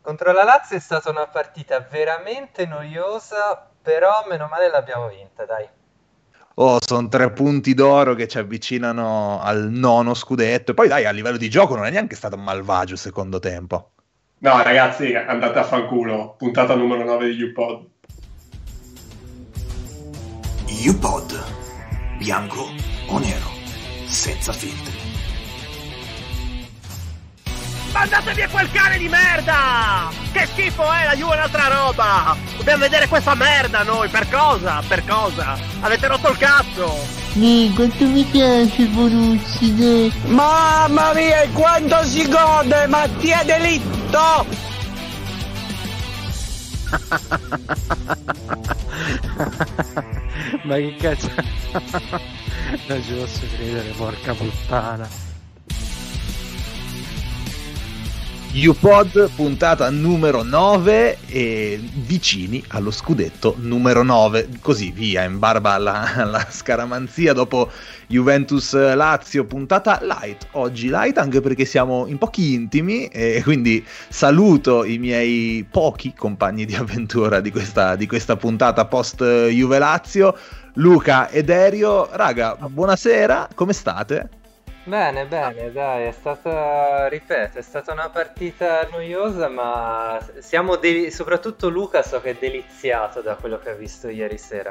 Contro la Lazio è stata una partita veramente noiosa, però meno male l'abbiamo vinta, dai. Oh, sono 3 punti d'oro che ci avvicinano al nono scudetto. E poi, dai, a livello di gioco non è neanche stato malvagio il secondo tempo. No, ragazzi, andate a fanculo. Puntata numero 9 di UPod. UPod. Bianco o nero. Senza filtri. Mandate via quel cane di merda! Che schifo è, la Juve è un'altra roba! Dobbiamo vedere questa merda noi, per cosa? Per cosa? Avete rotto il cazzo! Quanto mi piace Borussia! Mamma mia, e quanto si gode! Mattia Delitto! Ma che cazzo? Non ci posso credere, porca puttana. UPod, puntata numero 9 e vicini allo scudetto numero 9, così via, in barba alla scaramanzia dopo Juventus-Lazio, puntata light, oggi light anche perché siamo in pochi intimi e quindi saluto i miei pochi compagni di avventura di questa puntata post Juve-Lazio, Luca ed Erio. Raga, buonasera, come state? Bene, bene, dai, è stata, ripeto, è stata una partita noiosa, ma soprattutto Luca so che è deliziato da quello che ha visto ieri sera.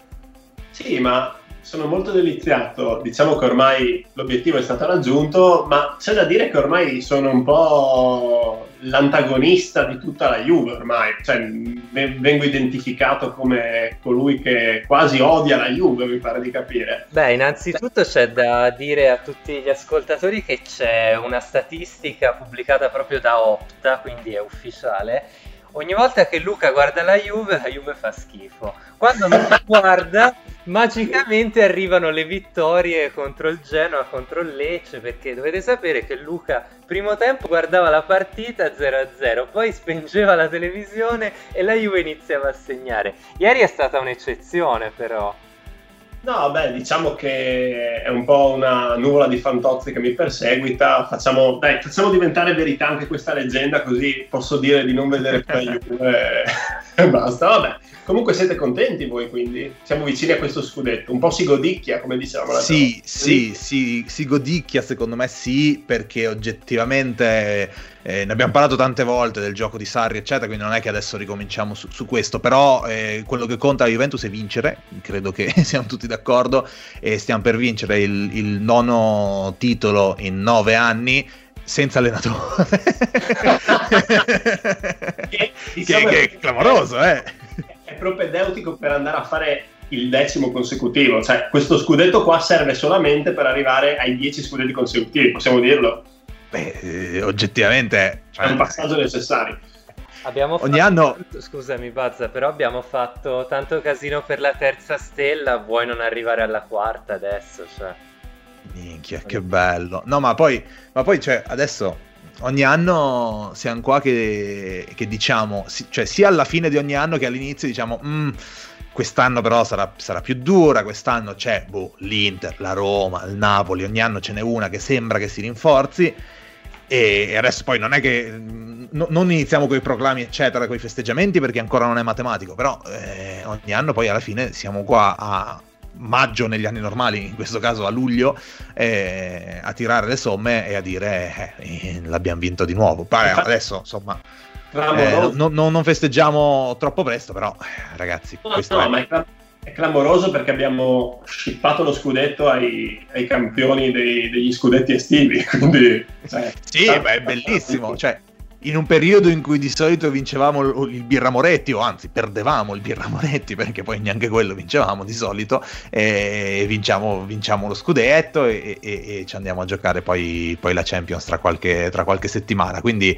Sì, ma sono molto deliziato. Diciamo che ormai l'obiettivo è stato raggiunto, ma c'è da dire che ormai sono un po' l'antagonista di tutta la Juve ormai. Cioè, vengo identificato come colui che quasi odia la Juve, mi pare di capire. Beh, innanzitutto c'è da dire a tutti gli ascoltatori che c'è una statistica pubblicata proprio da Opta, quindi è ufficiale. Ogni volta che Luca guarda la Juve fa schifo. Quando non la guarda, magicamente arrivano le vittorie contro il Genoa, contro il Lecce, perché dovete sapere che Luca primo tempo guardava la partita 0-0, poi spengeva la televisione e la Juve iniziava a segnare. Ieri è stata un'eccezione, però. No, beh, diciamo che è un po' una nuvola di fantozzi che mi perseguita. Facciamo diventare verità anche questa leggenda, così posso dire di non vedere più la Juve e basta. Vabbè, comunque siete contenti voi, quindi? Siamo vicini a questo scudetto. Un po' si godicchia, come dicevamo. Sì, si godicchia, secondo me sì, perché oggettivamente ne abbiamo parlato tante volte del gioco di Sarri, eccetera, quindi non è che adesso ricominciamo su questo, però quello che conta a Juventus è vincere, credo che siamo tutti d'accordo, e stiamo per vincere il nono titolo in 9 anni, senza allenatore. che è clamoroso, È propedeutico per andare a fare il 10° consecutivo, cioè questo scudetto qua serve solamente per arrivare ai 10 scudetti consecutivi, possiamo dirlo? Beh, oggettivamente è un passaggio necessario. Ogni anno, scusami Bazza, però abbiamo fatto tanto casino per la terza stella, vuoi non arrivare alla quarta adesso, cioè. Minchia, che bello. No, ma poi cioè, adesso ogni anno siamo qua che diciamo, cioè sia alla fine di ogni anno che all'inizio diciamo quest'anno però sarà più dura, quest'anno c'è l'Inter, la Roma, il Napoli, ogni anno ce n'è una che sembra che si rinforzi, e adesso poi non è che non iniziamo con i proclami eccetera, con i festeggiamenti, perché ancora non è matematico, però ogni anno poi alla fine siamo qua a maggio negli anni normali, in questo caso a luglio, a tirare le somme e a dire l'abbiamo vinto di nuovo. Adesso insomma non festeggiamo troppo presto, però ragazzi, ma è clamoroso perché abbiamo scippato lo scudetto ai campioni degli scudetti estivi, quindi sì, è bellissimo, cioè in un periodo in cui di solito vincevamo il Birra Moretti, o anzi perdevamo il Birra Moretti, perché poi neanche quello vincevamo di solito, e vinciamo lo scudetto e ci andiamo a giocare poi la Champions tra qualche settimana, quindi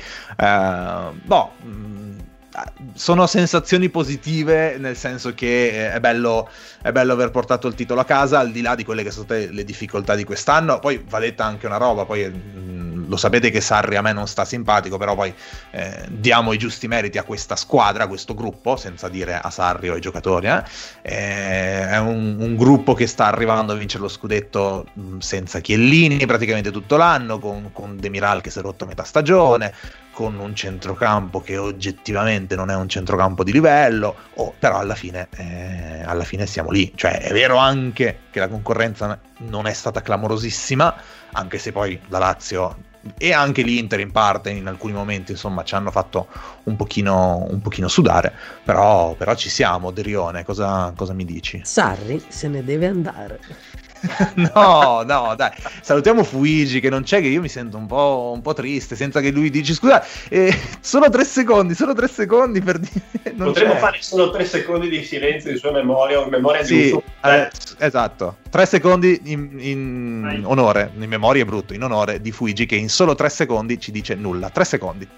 sono sensazioni positive, nel senso che è bello aver portato il titolo a casa, al di là di quelle che sono state le difficoltà di quest'anno. Poi va detta anche una roba, poi lo sapete che Sarri a me non sta simpatico, però poi diamo i giusti meriti a questa squadra, a questo gruppo, senza dire a Sarri o ai giocatori. È un gruppo che sta arrivando a vincere lo scudetto senza Chiellini praticamente tutto l'anno, con Demiral che si è rotto a metà stagione, con un centrocampo che oggettivamente non è un centrocampo di livello, però alla fine siamo lì. Cioè è vero anche che la concorrenza non è stata clamorosissima, anche se poi la Lazio e anche l'Inter in parte in alcuni momenti insomma ci hanno fatto un pochino sudare, però ci siamo. Derione, cosa mi dici? Sarri se ne deve andare. No, dai, salutiamo Fuigi che non c'è, che io mi sento un po' triste senza che lui dici scusa, solo 3 secondi per dire potremmo fare solo 3 secondi di silenzio in sua memoria o in memoria di sì, un esatto, 3 secondi in onore, in memoria è brutto, in onore di Fuigi che in solo 3 secondi ci dice nulla. 3 secondi.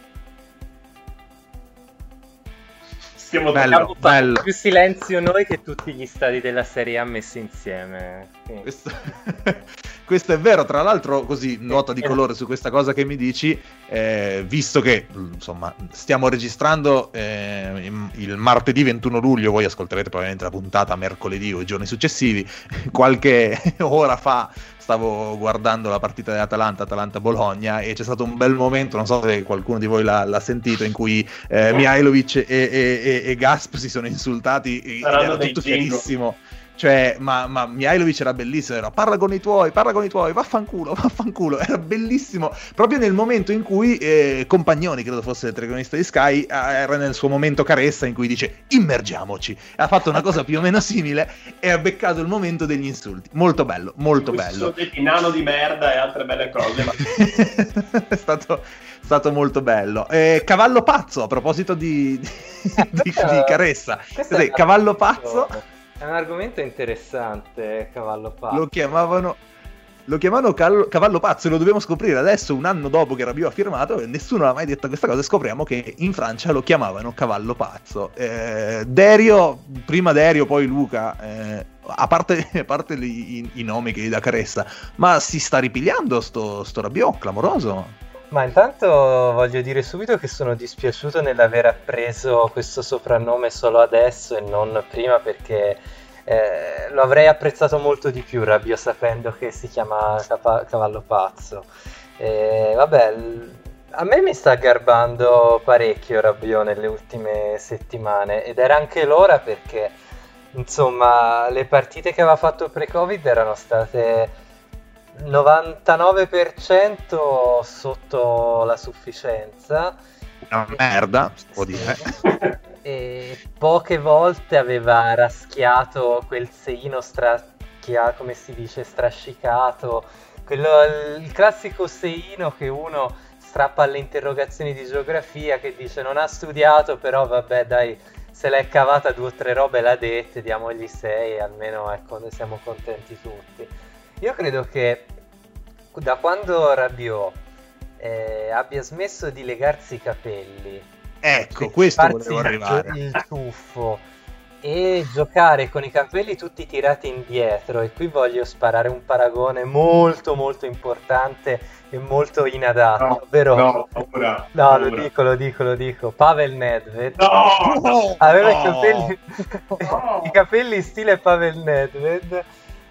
Stiamo bello. Più silenzio noi che tutti gli stadi della Serie A messi insieme. Questo è vero. Tra l'altro, così nota di colore su questa cosa che mi dici, visto che insomma stiamo registrando il martedì 21 luglio, voi ascolterete probabilmente la puntata mercoledì o i giorni successivi. Qualche ora fa stavo guardando la partita dell'Atalanta-Bologna e c'è stato un bel momento, non so se qualcuno di voi l'ha sentito, in cui Mihajlovic e Gasp si sono insultati ed era tutto chiarissimo. Cioè, ma Mihajlovic era bellissimo, era parla con i tuoi, vaffanculo, era bellissimo, proprio nel momento in cui Compagnoni, credo fosse il telecronista di Sky, era nel suo momento caressa in cui dice immergiamoci, ha fatto una cosa più o meno simile e ha beccato il momento degli insulti, molto bello. Sono detti nano di merda e altre belle cose. È stato molto bello. Cavallo pazzo, a proposito di Caressa, Cavallo pazzo. È un argomento interessante, cavallo pazzo. Lo chiamavano cavallo pazzo e lo dobbiamo scoprire adesso, un anno dopo che Rabiot ha firmato, e nessuno ha mai detto questa cosa, e scopriamo che in Francia lo chiamavano cavallo pazzo. Prima Derio, poi Luca, a parte i nomi che gli dà Caressa, ma si sta ripigliando sto Rabiot, clamoroso. Ma intanto voglio dire subito che sono dispiaciuto nell'aver appreso questo soprannome solo adesso e non prima, perché lo avrei apprezzato molto di più Rabiot sapendo che si chiama cavallo pazzo. Vabbè, a me mi sta garbando parecchio Rabiot nelle ultime settimane ed era anche l'ora, perché insomma le partite che aveva fatto pre-Covid erano state 99% sotto la sufficienza, una merda, si può dire. E poche volte aveva raschiato quel seino come si dice, strascicato, il classico seino che uno strappa alle interrogazioni di geografia, che dice non ha studiato, però vabbè dai, se l'è cavata 2 o 3 robe l'ha dette, diamogli 6, almeno ecco, noi siamo contenti tutti. Io credo che da quando Rabiot abbia smesso di legarsi i capelli, ecco, questo volevo arrivare, il tuffo, e giocare con i capelli tutti tirati indietro, e qui voglio sparare un paragone molto molto importante e molto inadatto, ovvero lo dico, Pavel Nedved aveva i capelli stile Pavel Nedved.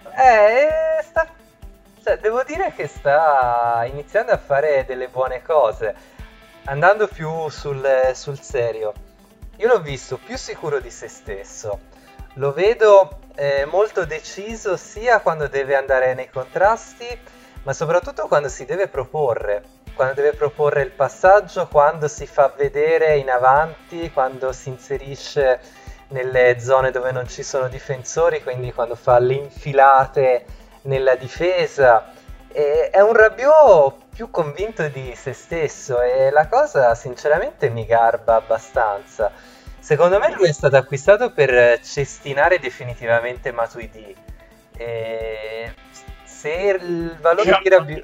Devo dire che sta iniziando a fare delle buone cose, andando più sul serio. Io l'ho visto più sicuro di se stesso, lo vedo molto deciso sia quando deve andare nei contrasti, ma soprattutto quando si deve proporre, il passaggio, quando si fa vedere in avanti, quando si inserisce nelle zone dove non ci sono difensori, quindi quando fa le infilate nella difesa. È un Rabiot più convinto di se stesso e la cosa sinceramente mi garba abbastanza. Secondo me lui è stato acquistato per cestinare definitivamente Matuidi. Se il valore di Rabiot...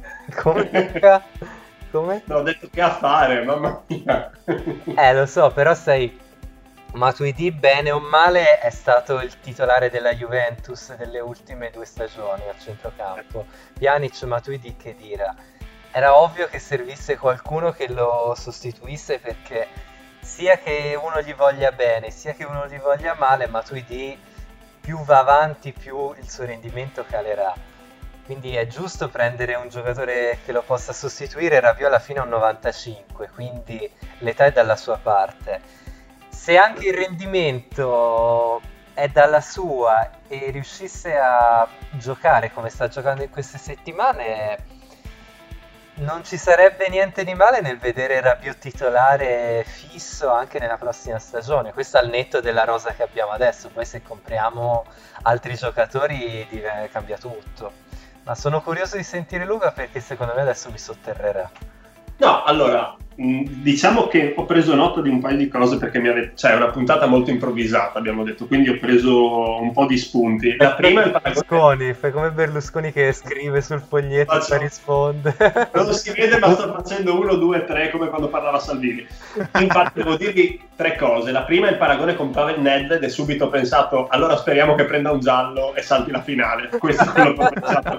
Come? No, ho detto che a fare, mamma mia. Lo so, però sai, Matuidi bene o male è stato il titolare della Juventus delle ultime 2 stagioni a centrocampo. Pjanic, Matuidi, che dire. Era ovvio che servisse qualcuno che lo sostituisse, perché sia che uno gli voglia bene sia che uno gli voglia male, Matuidi più va avanti più il suo rendimento calerà. quindi è giusto prendere un giocatore che lo possa sostituire. Rabiot alla fine è un 95, quindi l'età è dalla sua parte. Se anche il rendimento è dalla sua e riuscisse a giocare come sta giocando in queste settimane, non ci sarebbe niente di male nel vedere Rabiot titolare fisso anche nella prossima stagione. Questo al netto della rosa che abbiamo adesso. Poi se compriamo altri giocatori cambia tutto. Ma sono curioso di sentire Luca, perché secondo me adesso mi sotterrerà. No, allora, diciamo che ho preso nota di un paio di cose, perché è una puntata molto improvvisata, abbiamo detto, quindi ho preso un po' di spunti. La prima è il Berlusconi, fai come Berlusconi che scrive sul foglietto e poi risponde. Non si vede, ma sto facendo 1, 2, 3 come quando parlava Salvini. Infatti devo dirvi 3 cose. La prima è il paragone con Pavel Nedved, e subito ho pensato, allora speriamo che prenda un giallo e salti la finale. Questo è quello che ho pensato.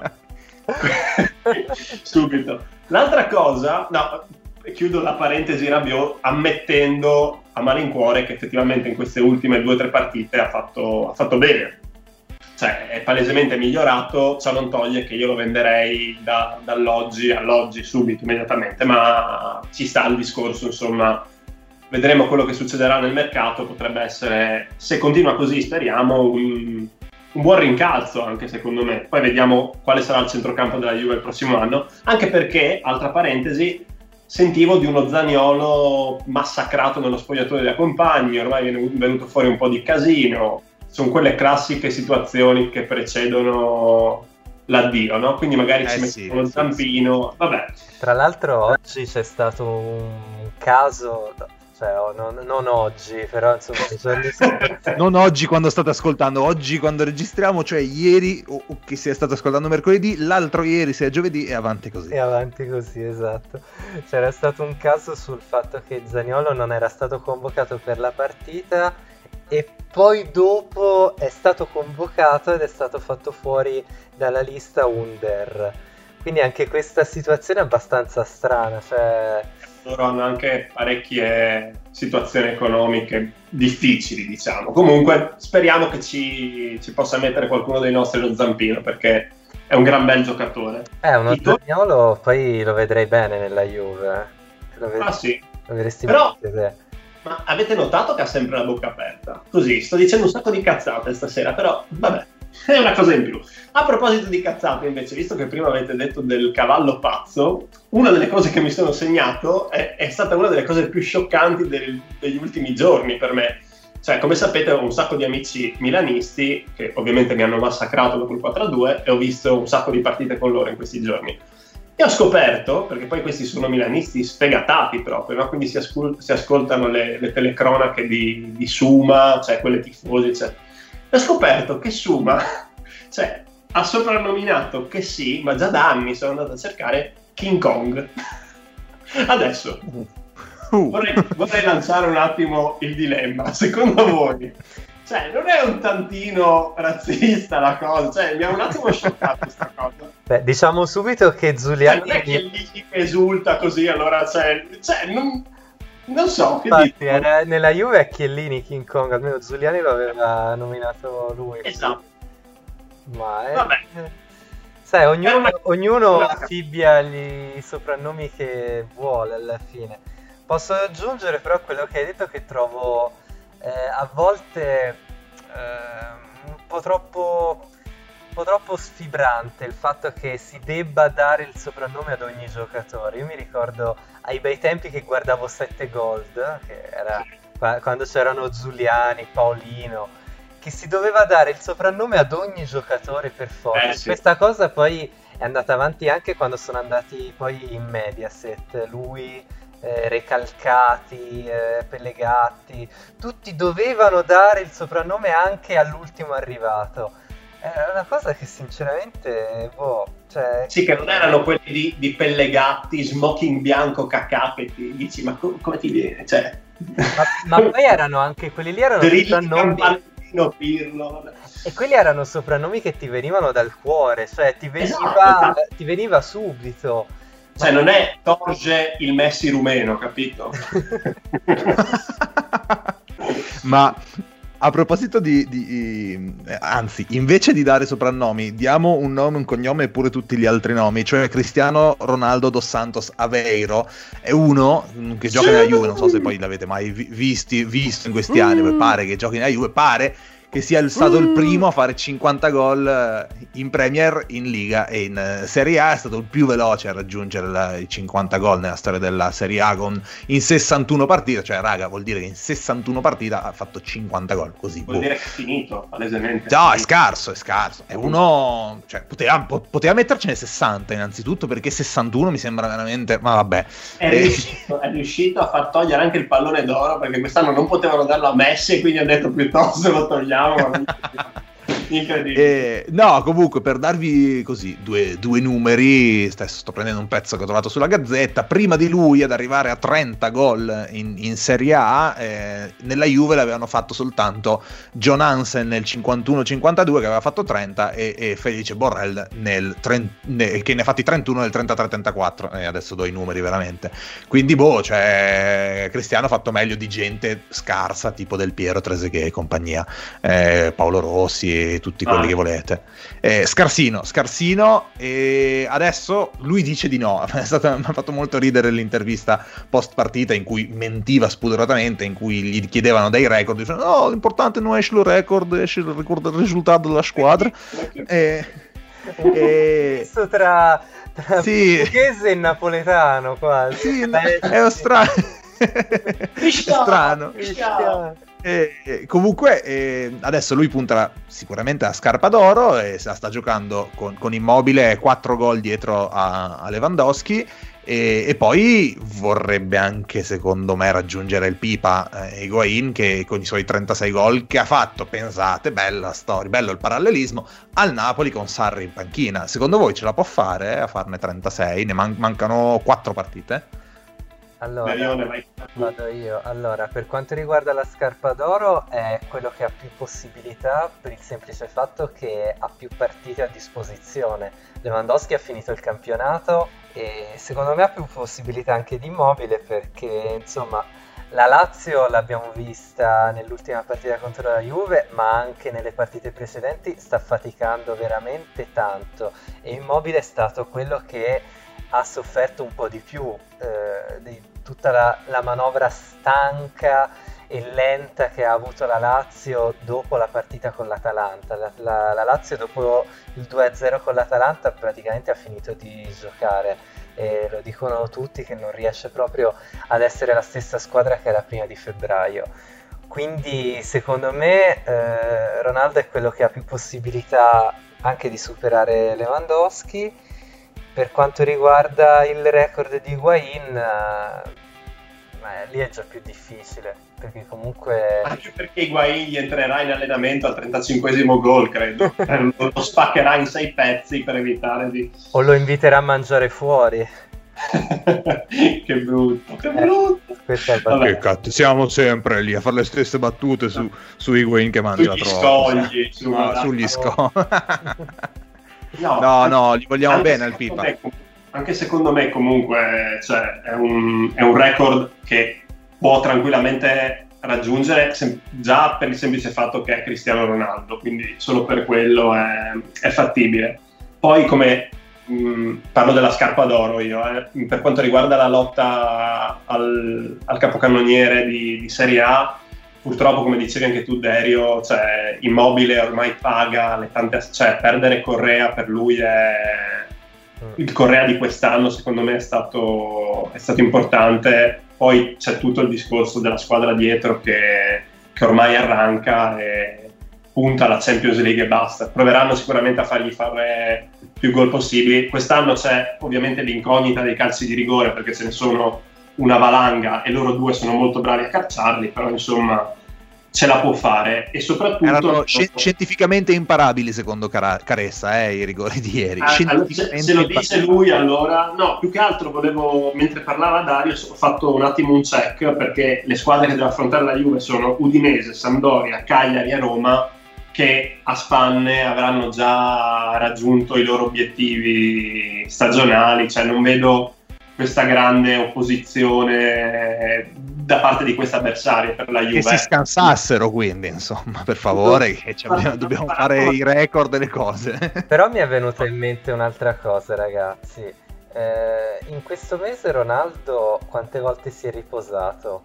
Subito. L'altra cosa, chiudo la parentesi Rabiot ammettendo a malincuore che effettivamente in queste ultime 2 o 3 partite ha fatto bene, cioè è palesemente migliorato. Ciò non toglie che io lo venderei dall'oggi all'oggi subito, immediatamente, ma ci sta il discorso, insomma. Vedremo quello che succederà nel mercato. Potrebbe essere, se continua così, speriamo, un buon rincalzo, anche secondo me. Poi vediamo quale sarà il centrocampo della Juve il prossimo anno, anche perché, altra parentesi, sentivo di uno Zaniolo massacrato nello spogliatoio dei compagni. Ormai è venuto fuori un po' di casino. Sono quelle classiche situazioni che precedono l'addio, no? Quindi magari ci mettono lo zampino. Vabbè. Tra l'altro oggi c'è stato un caso, cioè non oggi, però insomma non oggi quando state ascoltando, oggi quando registriamo, cioè ieri, o che sia stato ascoltando mercoledì, l'altro ieri, se è giovedì, e avanti così. E avanti così, esatto. C'era stato un caso sul fatto che Zaniolo non era stato convocato per la partita, e poi dopo è stato convocato ed è stato fatto fuori dalla lista Under. Quindi anche questa situazione è abbastanza strana, cioè... Loro hanno anche parecchie situazioni economiche difficili, diciamo. Comunque speriamo che ci possa mettere qualcuno dei nostri lo zampino, perché è un gran bel giocatore. Uno Zaniolo poi lo vedrei bene nella Juve. Sì. Lo vedresti però, bene te. Ma avete notato che ha sempre la bocca aperta? Così, sto dicendo un sacco di cazzate stasera, però vabbè, è una cosa in più. A proposito di cazzate, invece, visto che prima avete detto del cavallo pazzo, una delle cose che mi sono segnato è stata una delle cose più scioccanti degli ultimi giorni per me. Cioè, come sapete, ho un sacco di amici milanisti che ovviamente mi hanno massacrato dopo il 4-2, e ho visto un sacco di partite con loro in questi giorni. E ho scoperto, perché poi questi sono milanisti sfegatati proprio, no? Quindi si ascoltano le telecronache di Suma, cioè quelle tifosi, cioè. Ho scoperto che Suma, cioè, ha soprannominato che sì, ma già da anni sono andato a cercare King Kong. Adesso vorrei lanciare un attimo il dilemma. Secondo voi, cioè, non è un tantino razzista la cosa? Cioè, mi ha un attimo scioccato questa cosa. Beh, diciamo subito che Giuliani... Cioè, non è Chiellini che esulta così, allora non so, che infatti, dico. era nella Juve è Chiellini King Kong, almeno Giuliani lo aveva nominato lui. Esatto. Ma vabbè. Sai, ognuno affibbia i soprannomi che vuole alla fine. Posso aggiungere però quello che hai detto, che trovo a volte un po' troppo sfibrante il fatto che si debba dare il soprannome ad ogni giocatore. Io mi ricordo ai bei tempi che guardavo 7 Gold, che era quando c'erano Giuliani, Paolino, che si doveva dare il soprannome ad ogni giocatore per forza. Sì. Questa cosa poi è andata avanti anche quando sono andati poi in Mediaset, lui, Recalcati, Pellegatti, tutti dovevano dare il soprannome anche all'ultimo arrivato. È una cosa che sinceramente cioè... Sì, che non erano quelli di Pellegatti, smoking bianco, cacà, che ti dici, ma come ti viene? Cioè... ma poi erano anche quelli lì, erano soprannomi... Pirlo. E quelli erano soprannomi che ti venivano dal cuore, cioè ti veniva subito. Cioè non è Torge il Messi rumeno, capito? Ma A proposito anzi, invece di dare soprannomi, diamo un nome, un cognome e pure tutti gli altri nomi. Cioè Cristiano Ronaldo dos Santos Aveiro è uno che gioca nella Juve, non so se poi l'avete mai visto in questi anni, pare che giochi nella Juve, pare che sia stato il primo a fare 50 gol in Premier, in Liga e in Serie A. È stato il più veloce a raggiungere i 50 gol nella storia della Serie A in 61 partite. Cioè, raga, vuol dire che in 61 partite ha fatto 50 gol. Così vuol dire che è finito, palesemente. No, è scarso. È uno... Cioè, poteva mettercene 60 innanzitutto, perché 61 mi sembra veramente... Ma vabbè. È riuscito a far togliere anche il pallone d'oro, perché quest'anno non potevano darlo a Messi e quindi ha detto piuttosto lo togliamo. Incredibile. No, comunque, per darvi così due numeri, sto prendendo un pezzo che ho trovato sulla Gazzetta. Prima di lui ad arrivare a 30 gol in Serie A, nella Juve l'avevano fatto soltanto John Hansen nel 51-52, che aveva fatto 30, e Felice Borrell che ne ha fatti 31 nel 33-34, e adesso do i numeri veramente. Quindi cioè, Cristiano ha fatto meglio di gente scarsa tipo Del Piero, Trezeguet e compagnia, Paolo Rossi e tutti quelli che volete. Scarsino, e adesso lui dice di no. Mi ha fatto molto ridere l'intervista post partita in cui mentiva spudoratamente, in cui gli chiedevano dei record, diceva no, l'importante non esce il record, esce il risultato della squadra. Questo tra portoghese e napoletano quasi. Sì, è strano. Comunque adesso lui punta sicuramente a scarpa d'oro e sta giocando con Immobile 4 gol dietro a Lewandowski, e poi vorrebbe anche, secondo me, raggiungere il Pipa Higuaín, che con i suoi 36 gol che ha fatto, pensate, bella storia, bello il parallelismo, al Napoli con Sarri in panchina. Secondo voi ce la può fare a farne 36? Ne mancano 4 partite? Allora, vado io. Allora, per quanto riguarda la scarpa d'oro, è quello che ha più possibilità, per il semplice fatto che ha più partite a disposizione. Lewandowski ha finito il campionato e secondo me ha più possibilità anche di Immobile, perché insomma la Lazio l'abbiamo vista nell'ultima partita contro la Juve, ma anche nelle partite precedenti sta faticando veramente tanto, e Immobile è stato quello che ha sofferto un po' di più di tutta la manovra stanca e lenta che ha avuto la Lazio dopo la partita con l'Atalanta. La Lazio dopo il 2-0 con l'Atalanta praticamente ha finito di giocare, e lo dicono tutti che non riesce proprio ad essere la stessa squadra che era prima di febbraio. Quindi secondo me Ronaldo è quello che ha più possibilità anche di superare Lewandowski. Per quanto riguarda il record di Higuaín, lì è già più difficile, perché comunque... Anche perché Higuaín gli entrerà in allenamento al 35esimo gol, credo. Lo spaccherà in 6 pezzi per evitare di... O lo inviterà a mangiare fuori. Che brutto, che brutto. Che cazzo, siamo sempre lì a fare le stesse battute su Higuaín che mangia troppo. Sugli scogli. No, gli vogliamo bene al Pipa. Anche secondo me comunque, cioè, è un record che può tranquillamente raggiungere già per il semplice fatto che è Cristiano Ronaldo, quindi solo per quello è fattibile. Poi come parlo della scarpa d'oro io, per quanto riguarda la lotta al capocannoniere di Serie A, purtroppo, come dicevi anche tu, Derio, cioè, Immobile ormai paga cioè, perdere Correa per lui il Correa di quest'anno, secondo me, è stato importante. Poi c'è tutto il discorso della squadra dietro che ormai arranca e punta alla Champions League e basta. Proveranno sicuramente a fargli fare più gol possibili. Quest'anno c'è ovviamente l'incognita dei calci di rigore, perché ce ne sono una valanga e loro due sono molto bravi a cacciarli, però insomma ce la può fare. E soprattutto erano scientificamente imparabili, secondo Caressa, i rigori di ieri. Se lo dice lui, allora no, più che altro volevo, mentre parlava Dario, ho fatto un attimo un check, perché le squadre che deve affrontare la Juve sono Udinese, Sampdoria, Cagliari e Roma, che a spanne avranno già raggiunto i loro obiettivi stagionali, cioè non vedo questa grande opposizione da parte di questo avversario per la Juve. Che si scansassero, quindi, insomma, per favore, che dobbiamo fare i record e le cose. Però mi è venuta in mente un'altra cosa, ragazzi. In questo mese Ronaldo quante volte si è riposato?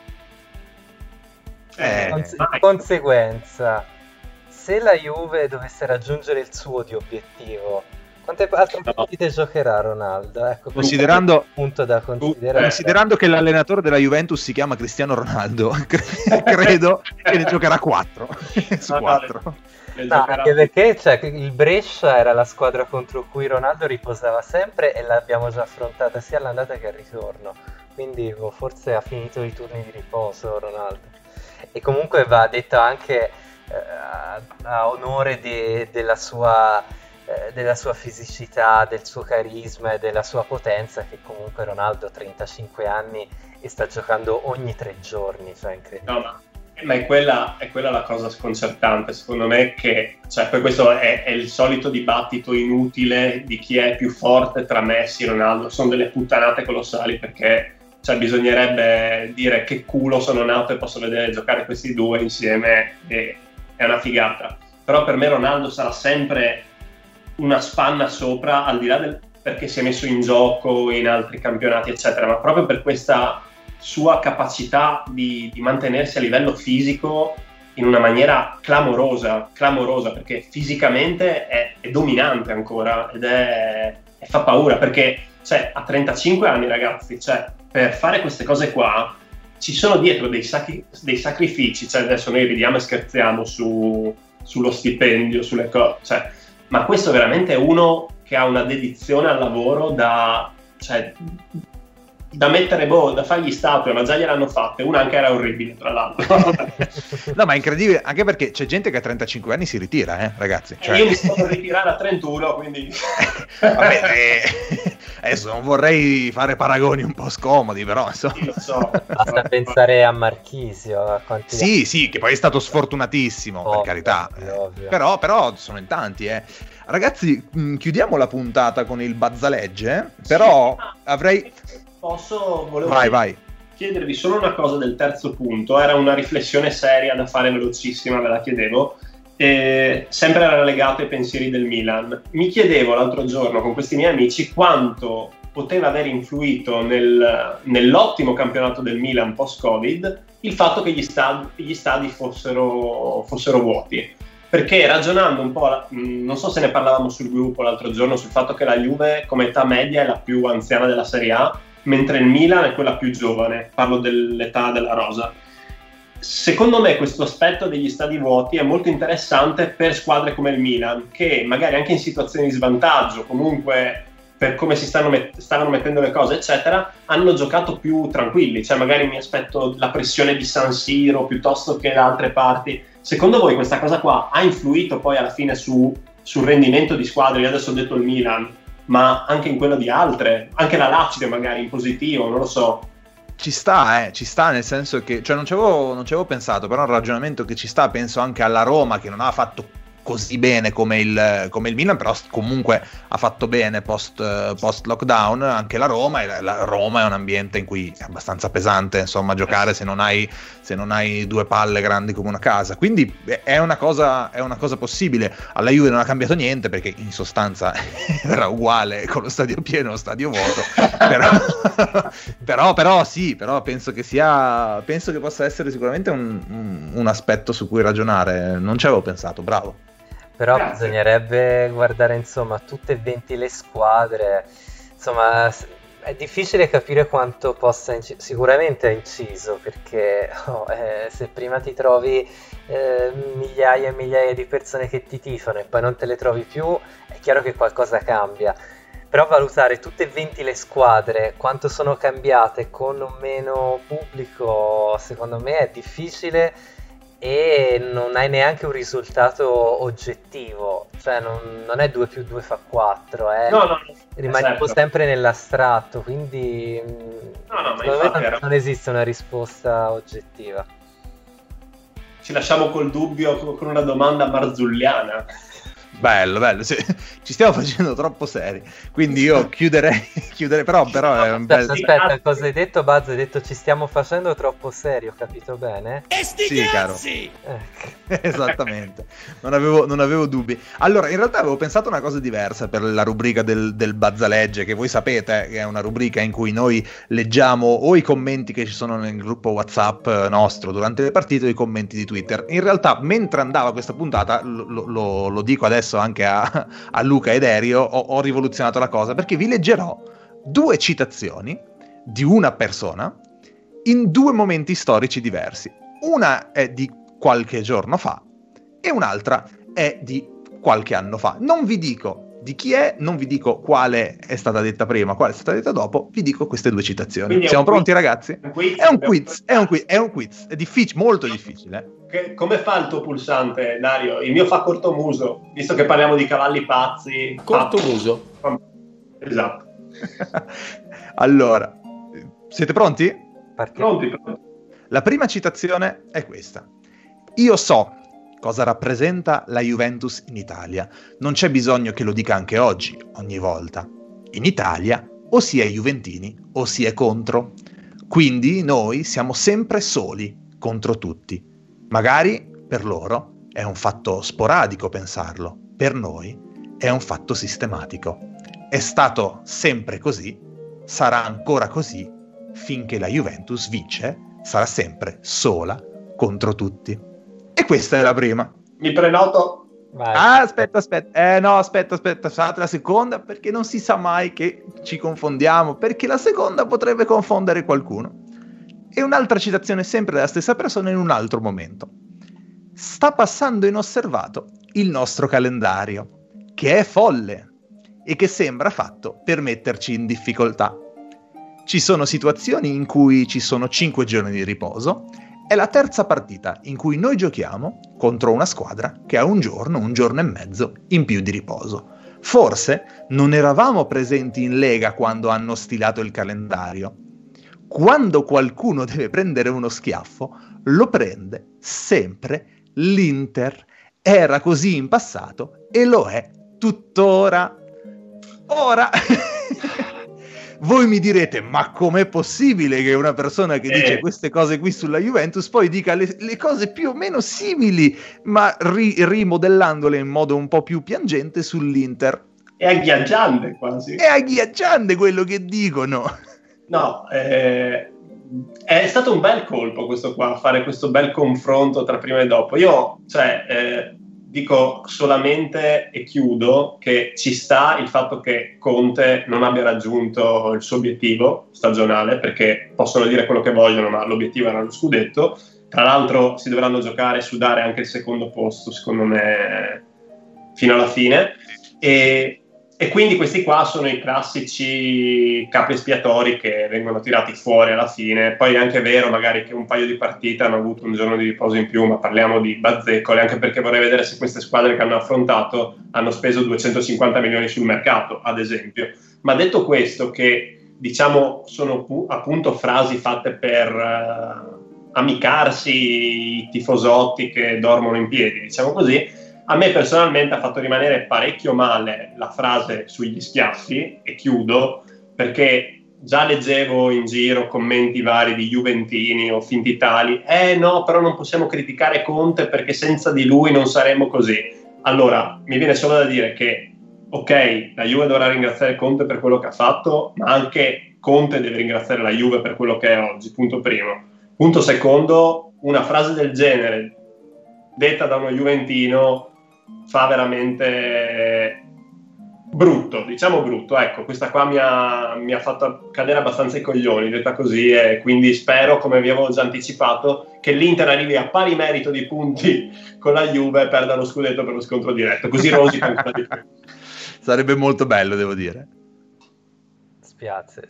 Conseguenza, se la Juve dovesse raggiungere il suo di obiettivo, quante altre partite giocherà Ronaldo? Ecco, considerando, punto da considerare. Considerando che l'allenatore della Juventus si chiama Cristiano Ronaldo, credo che ne giocherà 4 su 4. No, anche perché il Brescia era la squadra contro cui Ronaldo riposava sempre e l'abbiamo già affrontata sia all'andata che al ritorno, quindi forse ha finito i turni di riposo Ronaldo. E comunque va detto anche a onore della sua fisicità, del suo carisma e della sua potenza, che comunque Ronaldo ha 35 anni e sta giocando ogni 3 giorni, cioè incredibile. No, ma è quella la cosa sconcertante, secondo me, che poi questo è il solito dibattito inutile di chi è più forte tra Messi e Ronaldo. Sono delle puttanate colossali, perché bisognerebbe dire che culo sono nato e posso vedere giocare questi due insieme, e è una figata. Però per me Ronaldo sarà sempre una spanna sopra, al di là perché si è messo in gioco in altri campionati eccetera, ma proprio per questa sua capacità di mantenersi a livello fisico in una maniera clamorosa, perché fisicamente è dominante ancora, e fa paura, perché a 35 anni, ragazzi, per fare queste cose qua ci sono dietro dei sacrifici. Adesso noi ridiamo e scherziamo sullo stipendio, sulle cose, ma questo veramente è uno che ha una dedizione al lavoro da mettere, da fargli statue, ma già gliel'hanno fatte, una anche era orribile tra l'altro. No, ma è incredibile, anche perché c'è gente che a 35 anni si ritira, ragazzi. Io mi sto per ritirare a 31, quindi... Vabbè, adesso non vorrei fare paragoni un po' scomodi, però insomma... Sì, lo so. Basta pensare a Marchisio, sì, che poi è stato sfortunatissimo, ovvio, per carità, ovvio. Però sono in tanti, Ragazzi, chiudiamo la puntata con il Bazzalegge, però avrei... Vai. Chiedervi solo una cosa del terzo punto. Era una riflessione seria da fare, velocissima, ve la chiedevo, sempre era legato ai pensieri del Milan. Mi chiedevo l'altro giorno con questi miei amici quanto poteva aver influito nell'ottimo campionato del Milan post-Covid il fatto che gli stadi fossero vuoti. Perché ragionando un po', non so se ne parlavamo sul gruppo l'altro giorno, sul fatto che la Juve come età media è la più anziana della Serie A, mentre il Milan è quella più giovane, parlo dell'età della rosa. Secondo me questo aspetto degli stadi vuoti è molto interessante per squadre come il Milan, che magari anche in situazioni di svantaggio, comunque per come si stavano mettendo le cose eccetera, hanno giocato più tranquilli. Magari mi aspetto la pressione di San Siro piuttosto che da altre parti. Secondo voi questa cosa qua ha influito poi alla fine sul rendimento di squadre? Io adesso ho detto il Milan, ma anche in quello di altre, anche la Lazio magari in positivo, non lo so. Ci sta, nel senso che non ci avevo pensato, però è un ragionamento che ci sta. Penso anche alla Roma, che non ha fatto così bene come il Milan, però comunque ha fatto bene post lockdown. Anche la Roma è un ambiente in cui è abbastanza pesante, insomma, giocare se non hai 2 palle grandi come una casa, quindi è una cosa possibile. Alla Juve non ha cambiato niente, perché in sostanza era uguale con lo stadio pieno e lo stadio vuoto. però penso che possa essere sicuramente un aspetto su cui ragionare. Non ci avevo pensato, bravo. Però bisognerebbe guardare insomma tutte e 20 le squadre, insomma è difficile capire quanto possa sicuramente ha inciso, perché se prima ti trovi migliaia e migliaia di persone che ti tifano e poi non te le trovi più, è chiaro che qualcosa cambia. Però valutare tutte e 20 le squadre, quanto sono cambiate con o meno pubblico, secondo me è difficile, e non hai neanche un risultato oggettivo, non è 2 più 2 fa 4, no, rimani un po' sempre nell'astratto, quindi secondo me non esiste una risposta oggettiva. Ci lasciamo col dubbio con una domanda marzulliana. Bello, sì. Ci stiamo facendo troppo seri, quindi io chiuderei, però è un bel... Aspetta, cosa hai detto, Buzz? Hai detto ci stiamo facendo troppo seri, ho capito bene? Sì, caro. Esattamente, non avevo dubbi. Allora, in realtà avevo pensato una cosa diversa per la rubrica del Bazzalegge, che voi sapete che è una rubrica in cui noi leggiamo o i commenti che ci sono nel gruppo WhatsApp nostro durante le partite o i commenti di Twitter. In realtà, mentre andava questa puntata, lo dico adesso anche a Luca ed Erio, ho rivoluzionato la cosa, perché vi leggerò 2 citazioni di una persona in 2 momenti storici diversi. Una è di qualche giorno fa e un'altra è di qualche anno fa. Non vi dico di chi è, non vi dico quale è stata detta prima, quale è stata detta dopo, vi dico queste 2 citazioni. Siamo pronti, ragazzi? È un quiz, è difficile, molto difficile. Come fa il tuo pulsante, Dario? Il mio fa cortomuso, visto che parliamo di cavalli pazzi. Cortomuso. Esatto. Allora, siete pronti? Pronti. La prima citazione è questa. Io so cosa rappresenta la Juventus in Italia. Non c'è bisogno che lo dica anche oggi, ogni volta. In Italia o si è juventini o si è contro. Quindi noi siamo sempre soli contro tutti. Magari per loro è un fatto sporadico pensarlo, per noi è un fatto sistematico. È stato sempre così, sarà ancora così, finché la Juventus vince, sarà sempre sola contro tutti. E questa è la prima. Mi prenoto. Vai. Aspetta. Fate la seconda, perché non si sa mai che ci confondiamo, perché la seconda potrebbe confondere qualcuno. E un'altra citazione sempre della stessa persona in un altro momento. Sta passando inosservato il nostro calendario, che è folle e che sembra fatto per metterci in difficoltà. Ci sono situazioni in cui ci sono 5 giorni di riposo. È la terza partita in cui noi giochiamo contro una squadra che ha un giorno e mezzo in più di riposo. Forse non eravamo presenti in Lega quando hanno stilato il calendario. Quando qualcuno deve prendere uno schiaffo, lo prende sempre l'Inter. Era così in passato e lo è tuttora. Ora... Voi mi direte, ma com'è possibile che una persona che dice queste cose qui sulla Juventus poi dica le cose più o meno simili, ma rimodellandole in modo un po' più piangente sull'Inter? È agghiacciante quasi. È agghiacciante quello che dicono. No, è stato un bel colpo questo qua, fare questo bel confronto tra prima e dopo. Io, dico solamente e chiudo che ci sta il fatto che Conte non abbia raggiunto il suo obiettivo stagionale, perché possono dire quello che vogliono, ma l'obiettivo era lo scudetto. Tra l'altro si dovranno giocare e sudare anche il secondo posto, secondo me, fino alla fine. E quindi questi qua sono i classici capi espiatori che vengono tirati fuori alla fine. Poi è anche vero magari che un paio di partite hanno avuto un giorno di riposo in più, ma parliamo di bazzecole, anche perché vorrei vedere se queste squadre che hanno affrontato hanno speso 250 milioni sul mercato, ad esempio. Ma detto questo, che diciamo sono appunto frasi fatte per amicarsi i tifosotti che dormono in piedi, diciamo così, a me personalmente ha fatto rimanere parecchio male la frase sugli schiaffi, e chiudo, perché già leggevo in giro commenti vari di juventini o finti tali, no, però non possiamo criticare Conte perché senza di lui non saremmo così. Allora, mi viene solo da dire che, ok, la Juve dovrà ringraziare Conte per quello che ha fatto, ma anche Conte deve ringraziare la Juve per quello che è oggi, punto primo. Punto secondo, una frase del genere, detta da uno juventino, fa veramente brutto, diciamo brutto. Ecco, questa qua mi ha fatto cadere abbastanza i coglioni, detta così, e quindi spero, come vi avevo già anticipato, che l'Inter arrivi a pari merito di punti con la Juve e perda lo scudetto per lo scontro diretto, così rosica ancora di più. Sarebbe molto bello, devo dire. Spiazze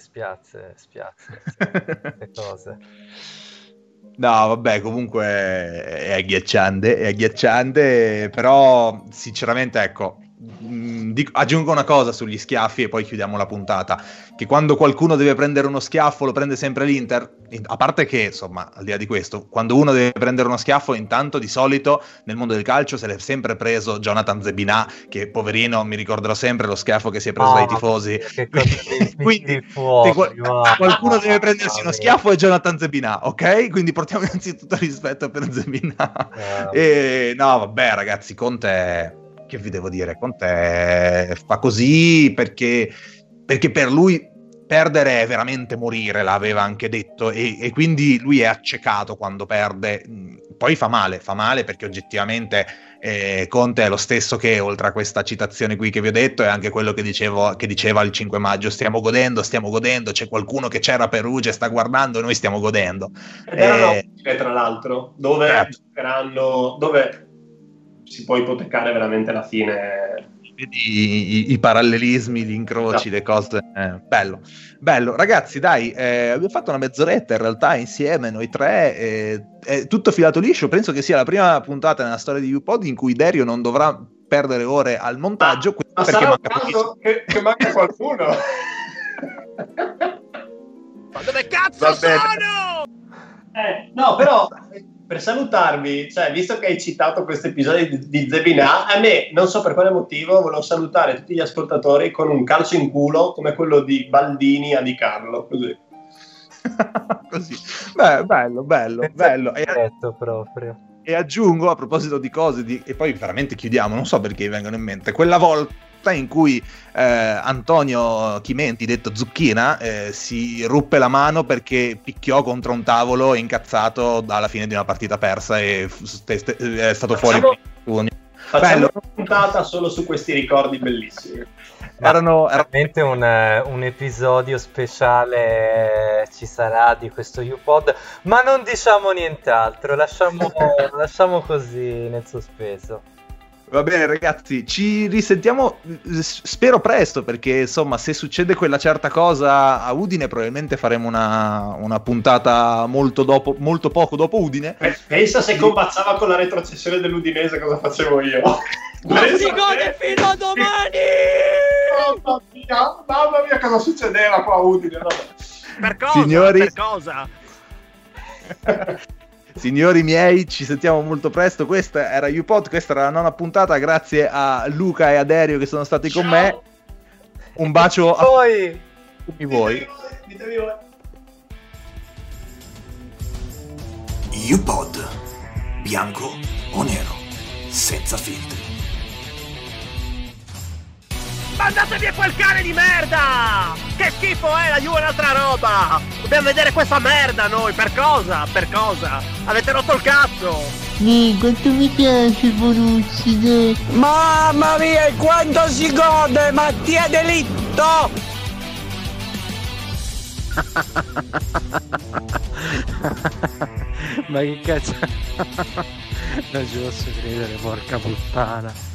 queste cose. No, vabbè, comunque è agghiacciante, però sinceramente, ecco, aggiungo una cosa sugli schiaffi e poi chiudiamo la puntata, che quando qualcuno deve prendere uno schiaffo lo prende sempre l'Inter, a parte che insomma al di là di questo, quando uno deve prendere uno schiaffo intanto di solito nel mondo del calcio se l'è sempre preso Jonathan Zebinà, che poverino mi ricorderò sempre lo schiaffo che si è preso dai tifosi. Quindi se qualcuno deve prendersi uno schiaffo è Jonathan Zebinà, ok? Quindi portiamo innanzitutto rispetto per Zebinà. E no vabbè ragazzi, Conte, che vi devo dire, Conte fa così perché per lui perdere è veramente morire, l'aveva anche detto, e quindi lui è accecato quando perde. Poi fa male perché oggettivamente Conte è lo stesso che, oltre a questa citazione qui che vi ho detto, è anche quello che diceva il 5 maggio, stiamo godendo, c'è qualcuno che c'era a Perugia e sta guardando e noi stiamo godendo. Ed erano tra l'altro, dove si può ipotecare veramente la fine. Vedi i parallelismi, gli incroci, le cose. Bello. Ragazzi, dai, abbiamo fatto una mezz'oretta in realtà insieme, noi tre, è tutto filato liscio. Penso che sia la prima puntata nella storia di UPod in cui Dario non dovrà perdere ore al montaggio. Ma perché sarà un manca caso che manca qualcuno. Ma dove cazzo sono? No, però per salutarvi, cioè, visto che hai citato questo episodio di Zebinà, a me, non so per quale motivo, volevo salutare tutti gli ascoltatori con un calcio in culo come quello di Baldini a Di Carlo, così. Così. Beh, bello. Proprio. E aggiungo, a proposito di cose, e poi veramente chiudiamo, non so perché mi vengono in mente, quella volta in cui Antonio Chimenti, detto Zucchina, si ruppe la mano perché picchiò contro un tavolo incazzato alla fine di una partita persa e è stato fuori. Facciamo una puntata solo su questi ricordi bellissimi. Erano veramente un episodio speciale ci sarà di questo UPod, ma non diciamo nient'altro, lasciamo così nel sospeso. Va bene ragazzi, ci risentiamo spero presto, perché insomma se succede quella certa cosa a Udine probabilmente faremo una puntata molto poco dopo Udine. Pensa se combaciava con la retrocessione dell'Udinese cosa facevo io. Ma si gode fino a domani! Mamma mia cosa succedeva qua a Udine. Per cosa? Signori... Per cosa? Signori miei, ci sentiamo molto presto. Questa era UPod, questa era la 9ª puntata. Grazie a Luca e a Dario che sono stati con me. Un bacio a tutti voi. Ditevi voi. UPod, bianco o nero, senza filtri. Mandate via quel cane di merda! Che schifo è, la Juve è un'altra roba! Dobbiamo vedere questa merda noi, per cosa? Per cosa? Avete rotto il cazzo! Quanto mi piace Bonucci, dai. Mamma mia, quanto si gode, Mattia Delitto! Ma che cazzo? Non ci posso credere, porca puttana.